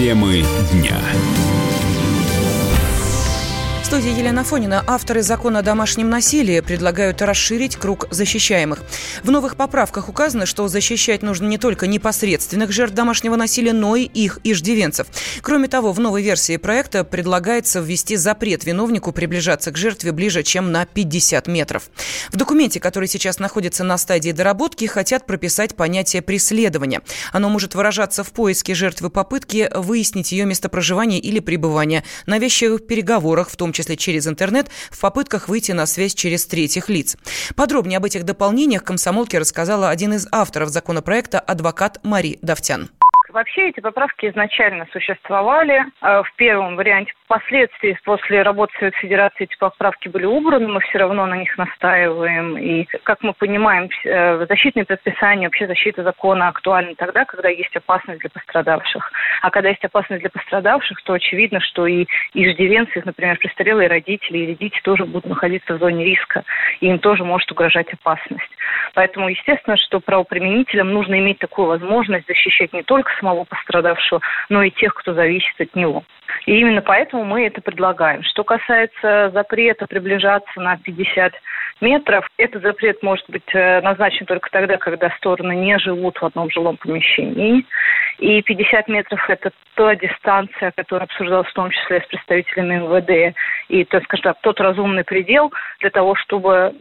Темы дня. В студии Елена Афонина. Авторы закона о домашнем насилии предлагают расширить круг защищаемых. В новых поправках указано, что защищать нужно не только непосредственных жертв домашнего насилия, но и их иждивенцев. Кроме того, в новой версии проекта предлагается ввести запрет виновнику приближаться к жертве ближе, чем на 50 метров. В документе, который сейчас находится на стадии доработки, хотят прописать понятие преследования. Оно может выражаться в поиске жертвы, попытке выяснить ее местопроживание или пребывание, навязчивых переговорах, в том числе через интернет, в попытках выйти на связь через третьих лиц. Подробнее об этих дополнениях «Комсомолке» рассказала один из авторов законопроекта, адвокат Мари Давтян. Вообще эти поправки изначально существовали. В первом варианте впоследствии, после работы Совета Федерации, эти поправки были убраны, мы все равно на них настаиваем. И, как мы понимаем, защитные предписания, вообще защита закона актуальна тогда, когда есть опасность для пострадавших. А когда есть опасность для пострадавших, то очевидно, что и иждивенцы, например, престарелые родители или дети тоже будут находиться в зоне риска, и им тоже может угрожать опасность. Поэтому, естественно, что правоприменителям нужно иметь такую возможность защищать не только самого пострадавшего, но и тех, кто зависит от него. И именно поэтому мы это предлагаем. Что касается запрета приближаться на 50 метров, этот запрет может быть назначен только тогда, когда стороны не живут в одном жилом помещении. И 50 метров – это та дистанция, которая обсуждалась в том числе с представителями МВД. И, так скажем, тот разумный предел для того, чтобы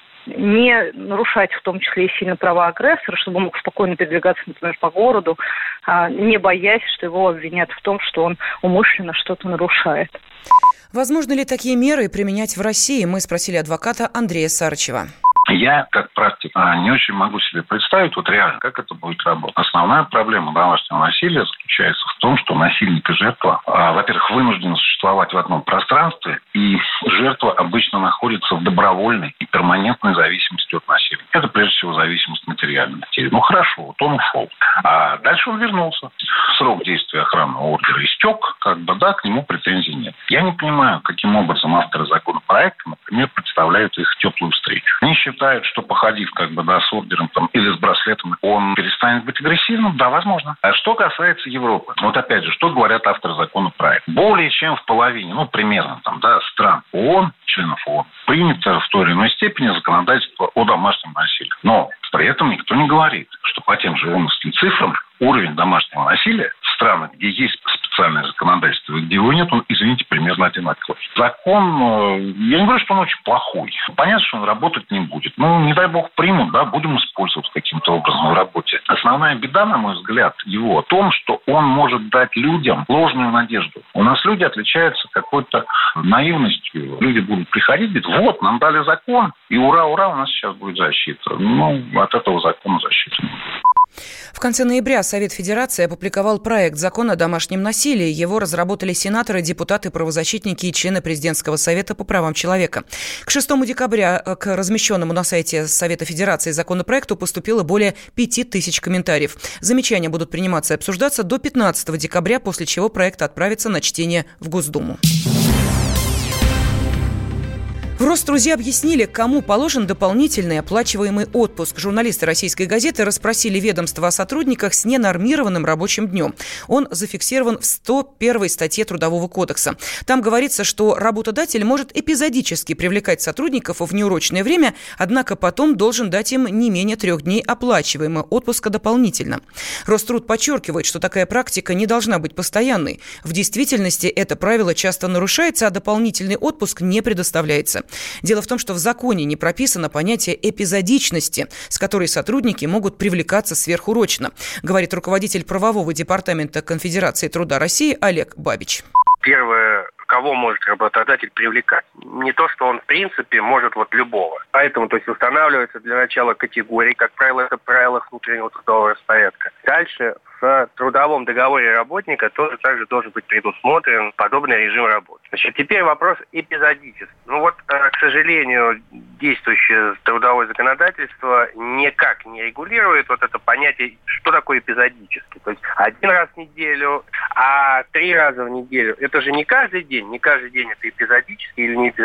не нарушать в том числе и сильно права агрессора, чтобы он мог спокойно передвигаться, например, по городу, не боясь, что его обвинят в том, что он умышленно что-то нарушает. Возможно ли такие меры применять в России? Мы спросили адвоката Андрея Сарычева. Я, как практик, не очень могу себе представить реально, как это будет работать. Основная проблема домашнего насилия заключается в том, что насильник и жертва, во-первых, вынуждены существовать в одном пространстве, и жертва обычно находится в добровольной и перманентной зависимости от насилия. Это, прежде всего, зависимость материальной. Хорошо, он ушел. А дальше он вернулся. Срок действия охранного ордера истек, к нему претензий нет. Я не понимаю, каким образом авторы законопроекта, например, представляют их теплую встречу. Они считают, что походив с ордером или с браслетом, он перестанет быть агрессивным? Да, возможно. А что касается Европы, опять же, что говорят авторы законопроекта? Более чем в половине, примерно стран ООН, членов ООН, принято в той или иной степени законодательство о домашнем насилии. Но при этом никто не говорит, что по тем же ООНовским цифрам уровень домашнего насилия в странах, где есть специальное законодательство, и где его нет, он, примерно одинаковый. Закон, я не говорю, что он очень плохой. Понятно, что он работать не будет. Не дай бог примут, будем использовать каким-то образом в работе. Основная беда, на мой взгляд, его в том, что он может дать людям ложную надежду. У нас люди отличаются какой-то наивностью. Люди будут приходить и говорить, нам дали закон, и ура, у нас сейчас будет защита. От этого закона защиты не будет. В конце ноября Совет Федерации опубликовал проект закона о домашнем насилии. Его разработали сенаторы, депутаты, правозащитники и члены Президентского совета по правам человека. К 6 декабря к размещенному на сайте Совета Федерации законопроекту поступило более 5000 комментариев. Замечания будут приниматься и обсуждаться до 15 декабря, после чего проект отправится на чтение в Госдуму. В Роструде объяснили, кому положен дополнительный оплачиваемый отпуск. Журналисты «Российской газеты» расспросили ведомство о сотрудниках с ненормированным рабочим днем. Он зафиксирован в 101 статье Трудового кодекса. Там говорится, что работодатель может эпизодически привлекать сотрудников в неурочное время, однако потом должен дать им не менее 3 дней оплачиваемого отпуска дополнительно. Роструд подчеркивает, что такая практика не должна быть постоянной. В действительности это правило часто нарушается, а дополнительный отпуск не предоставляется. Дело в том, что в законе не прописано понятие эпизодичности, с которой сотрудники могут привлекаться сверхурочно, говорит руководитель правового департамента Конфедерации труда России Олег Бабич. Первое, кого может работодатель привлекать. Не то, что он в принципе может любого. Поэтому, устанавливается для начала категории, как правило, это правило внутреннего трудового распорядка. Дальше в трудовом договоре работника тоже также должен быть предусмотрен подобный режим работы. Теперь вопрос эпизодический. К сожалению, действующее трудовое законодательство никак не регулирует это понятие, что такое эпизодически. То есть 1 раз в неделю, а 3 раза в неделю. Это же не каждый день это эпизодически или не эпизодически.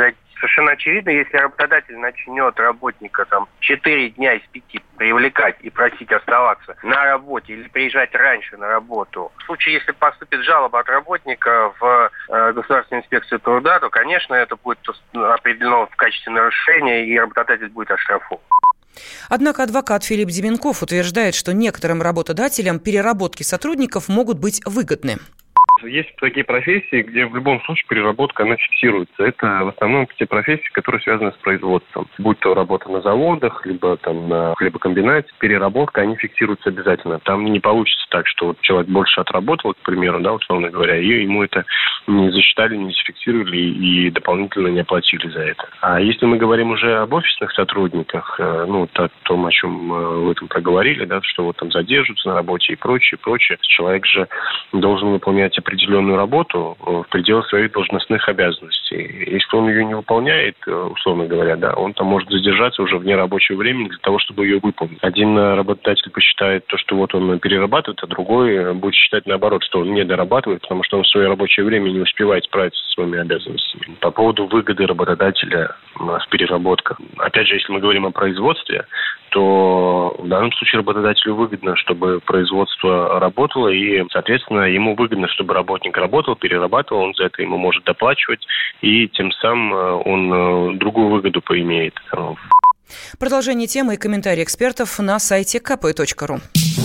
Совершенно очевидно, если работодатель начнет работника 4 дня из 5 привлекать и просить оставаться на работе или приезжать раньше на работу, в случае, если поступит жалоба от работника в Государственную инспекцию труда, то, конечно, это будет определено в качестве нарушения, и работодатель будет оштрафован. Однако адвокат Филипп Деменков утверждает, что некоторым работодателям переработки сотрудников могут быть выгодны. Есть такие профессии, где в любом случае переработка, она фиксируется. Это в основном те профессии, которые связаны с производством. Будь то работа на заводах, либо на хлебокомбинате, переработка, они фиксируются обязательно. Там не получится так, что человек больше отработал, к примеру, условно говоря, и ему это не засчитали, не зафиксировали и дополнительно не оплатили за это. А если мы говорим уже об офисных сотрудниках, о том, о чем вы этом проговорили, что задерживаются на работе и прочее, человек же должен выполнять определенную работу в пределах своих должностных обязанностей. Если он ее не выполняет, условно говоря, он там может задержаться уже вне рабочего времени для того, чтобы ее выполнить. Один работодатель посчитает то, что он перерабатывает, а другой будет считать наоборот, что он не дорабатывает, потому что он в свое рабочее время не успевает справиться со своими обязанностями. По поводу выгоды работодателя в переработках. Опять же, если мы говорим о производстве, то в данном случае работодателю выгодно, чтобы производство работало, и, соответственно, ему выгодно, чтобы работник работал, перерабатывал, он за это ему может доплачивать, и тем самым он другую выгоду поимеет. Продолжение темы и комментарии экспертов на сайте kp.ru.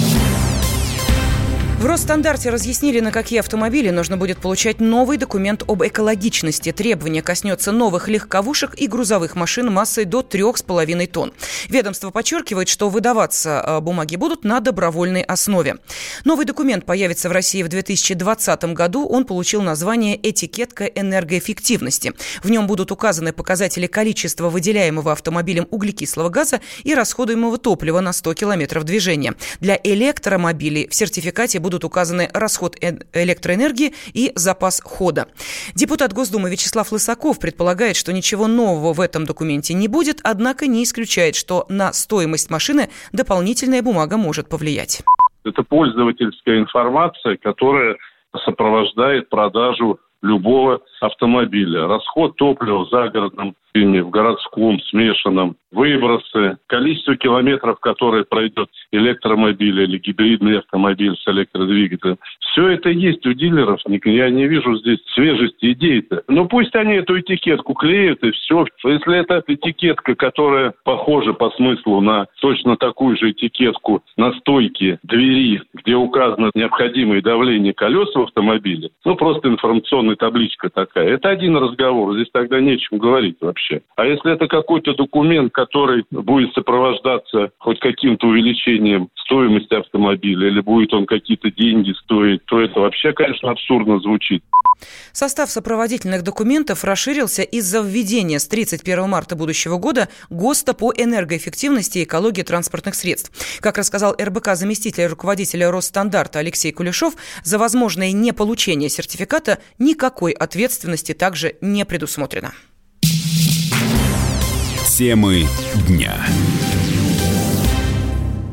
В Росстандарте разъяснили, на какие автомобили нужно будет получать новый документ об экологичности. Требование коснется новых легковушек и грузовых машин массой до 3,5 тонн. Ведомство подчеркивает, что выдаваться бумаги будут на добровольной основе. Новый документ появится в России в 2020 году. Он получил название «Этикетка энергоэффективности». В нем будут указаны показатели количества выделяемого автомобилем углекислого газа и расходуемого топлива на 100 километров движения. Для электромобилей в сертификате будут указаны расход электроэнергии и запас хода. Депутат Госдумы Вячеслав Лысаков предполагает, что ничего нового в этом документе не будет, однако не исключает, что на стоимость машины дополнительная бумага может повлиять. Это пользовательская информация, которая сопровождает продажу любого автомобиля. Расход топлива в загородном, в городском, смешанном, выбросы, количество километров, которые пройдет электромобиль или гибридный автомобиль с электродвигателем. Все это есть у дилеров. Я не вижу здесь свежести идей-то. Но пусть они эту этикетку клеят и все. Если это этикетка, которая похожа по смыслу на точно такую же этикетку на стойке двери, где указано необходимое давление колес в автомобиле, просто информационная табличка такая, это один разговор. Здесь тогда нечем говорить вообще. А если это какой-то документ, который будет сопровождаться хоть каким-то увеличением стоимости автомобиля, или будет он какие-то деньги стоить, то это вообще, конечно, абсурдно звучит. Состав сопроводительных документов расширился из-за введения с 31 марта будущего года ГОСТа по энергоэффективности и экологии транспортных средств. Как рассказал РБК заместитель руководителя Росстандарта Алексей Кулешов, за возможное неполучение сертификата никакой ответственности также не предусмотрено. Темы дня.